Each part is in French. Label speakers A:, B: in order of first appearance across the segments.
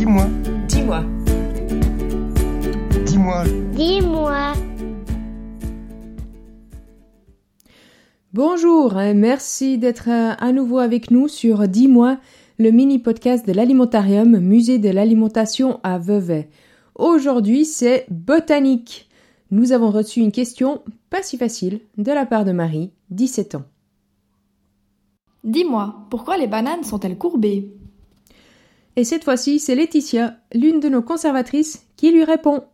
A: Dis-moi.
B: Dis-moi.
A: Dis-moi.
C: Dis-moi.
D: Bonjour, merci d'être à nouveau avec nous sur Dis-moi, le mini-podcast de l'Alimentarium, musée de l'alimentation à Vevey. Aujourd'hui, c'est botanique. Nous avons reçu une question pas si facile de la part de Marie, 17 ans.
E: Dis-moi, pourquoi les bananes sont-elles courbées ?
D: Et cette fois-ci, c'est Laetitia, l'une de nos conservatrices, qui lui répond.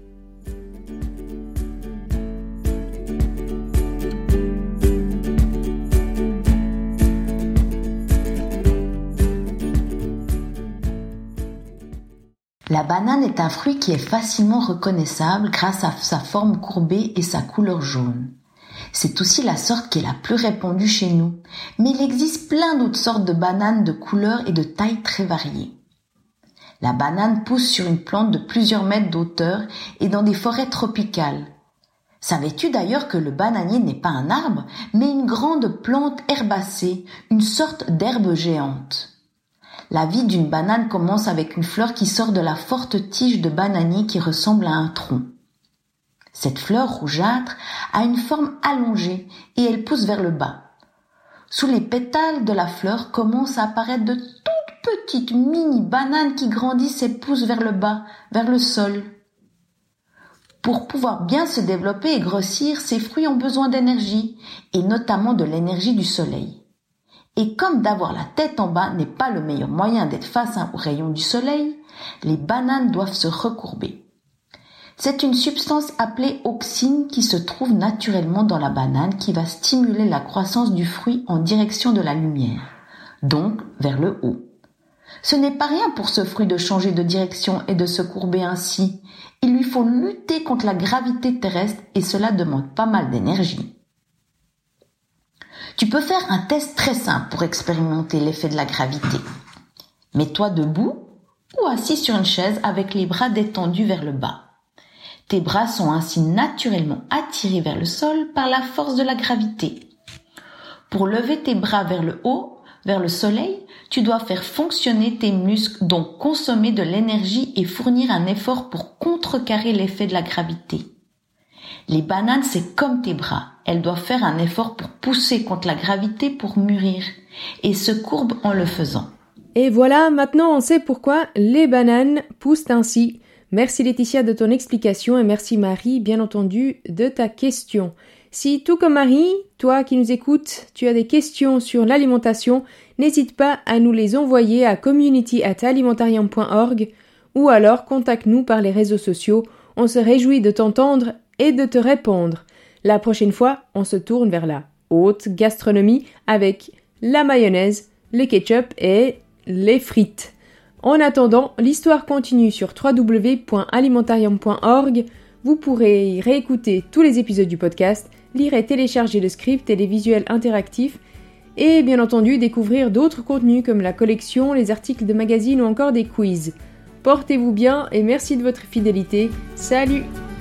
F: La banane est un fruit qui est facilement reconnaissable grâce à sa forme courbée et sa couleur jaune. C'est aussi la sorte qui est la plus répandue chez nous, mais il existe plein d'autres sortes de bananes de couleurs et de tailles très variées. La banane pousse sur une plante de plusieurs mètres d'auteur et dans des forêts tropicales. Savais-tu d'ailleurs que le bananier n'est pas un arbre, mais une grande plante herbacée, une sorte d'herbe géante ? La vie d'une banane commence avec une fleur qui sort de la forte tige de bananier qui ressemble à un tronc. Cette fleur rougeâtre a une forme allongée et elle pousse vers le bas. Sous les pétales de la fleur commencent à apparaître de toutes petites mini-bananes qui grandissent et poussent vers le bas, vers le sol. Pour pouvoir bien se développer et grossir, ces fruits ont besoin d'énergie, et notamment de l'énergie du soleil. Et comme d'avoir la tête en bas n'est pas le meilleur moyen d'être face aux rayons du soleil, les bananes doivent se recourber. C'est une substance appelée auxine qui se trouve naturellement dans la banane qui va stimuler la croissance du fruit en direction de la lumière, donc vers le haut. Ce n'est pas rien pour ce fruit de changer de direction et de se courber ainsi. Il lui faut lutter contre la gravité terrestre et cela demande pas mal d'énergie. Tu peux faire un test très simple pour expérimenter l'effet de la gravité. Mets-toi debout ou assis sur une chaise avec les bras détendus vers le bas. Tes bras sont ainsi naturellement attirés vers le sol par la force de la gravité. Pour lever tes bras vers le haut, vers le soleil, tu dois faire fonctionner tes muscles, donc consommer de l'énergie et fournir un effort pour contrecarrer l'effet de la gravité. Les bananes, c'est comme tes bras. Elles doivent faire un effort pour pousser contre la gravité pour mûrir et se courbent en le faisant.
D: Et voilà, maintenant on sait pourquoi les bananes poussent ainsi. Merci Laetitia de ton explication et merci Marie, bien entendu, de ta question. Si, tout comme Marie, toi qui nous écoutes, tu as des questions sur l'alimentation, n'hésite pas à nous les envoyer à community@alimentarium.org ou alors contacte-nous par les réseaux sociaux. On se réjouit de t'entendre et de te répondre. La prochaine fois, on se tourne vers la haute gastronomie avec la mayonnaise, le ketchup et les frites. En attendant, l'histoire continue sur www.alimentarium.org. Vous pourrez y réécouter tous les épisodes du podcast, lire et télécharger le script et les visuels interactifs et bien entendu découvrir d'autres contenus comme la collection, les articles de magazines ou encore des quiz. Portez-vous bien et merci de votre fidélité. Salut!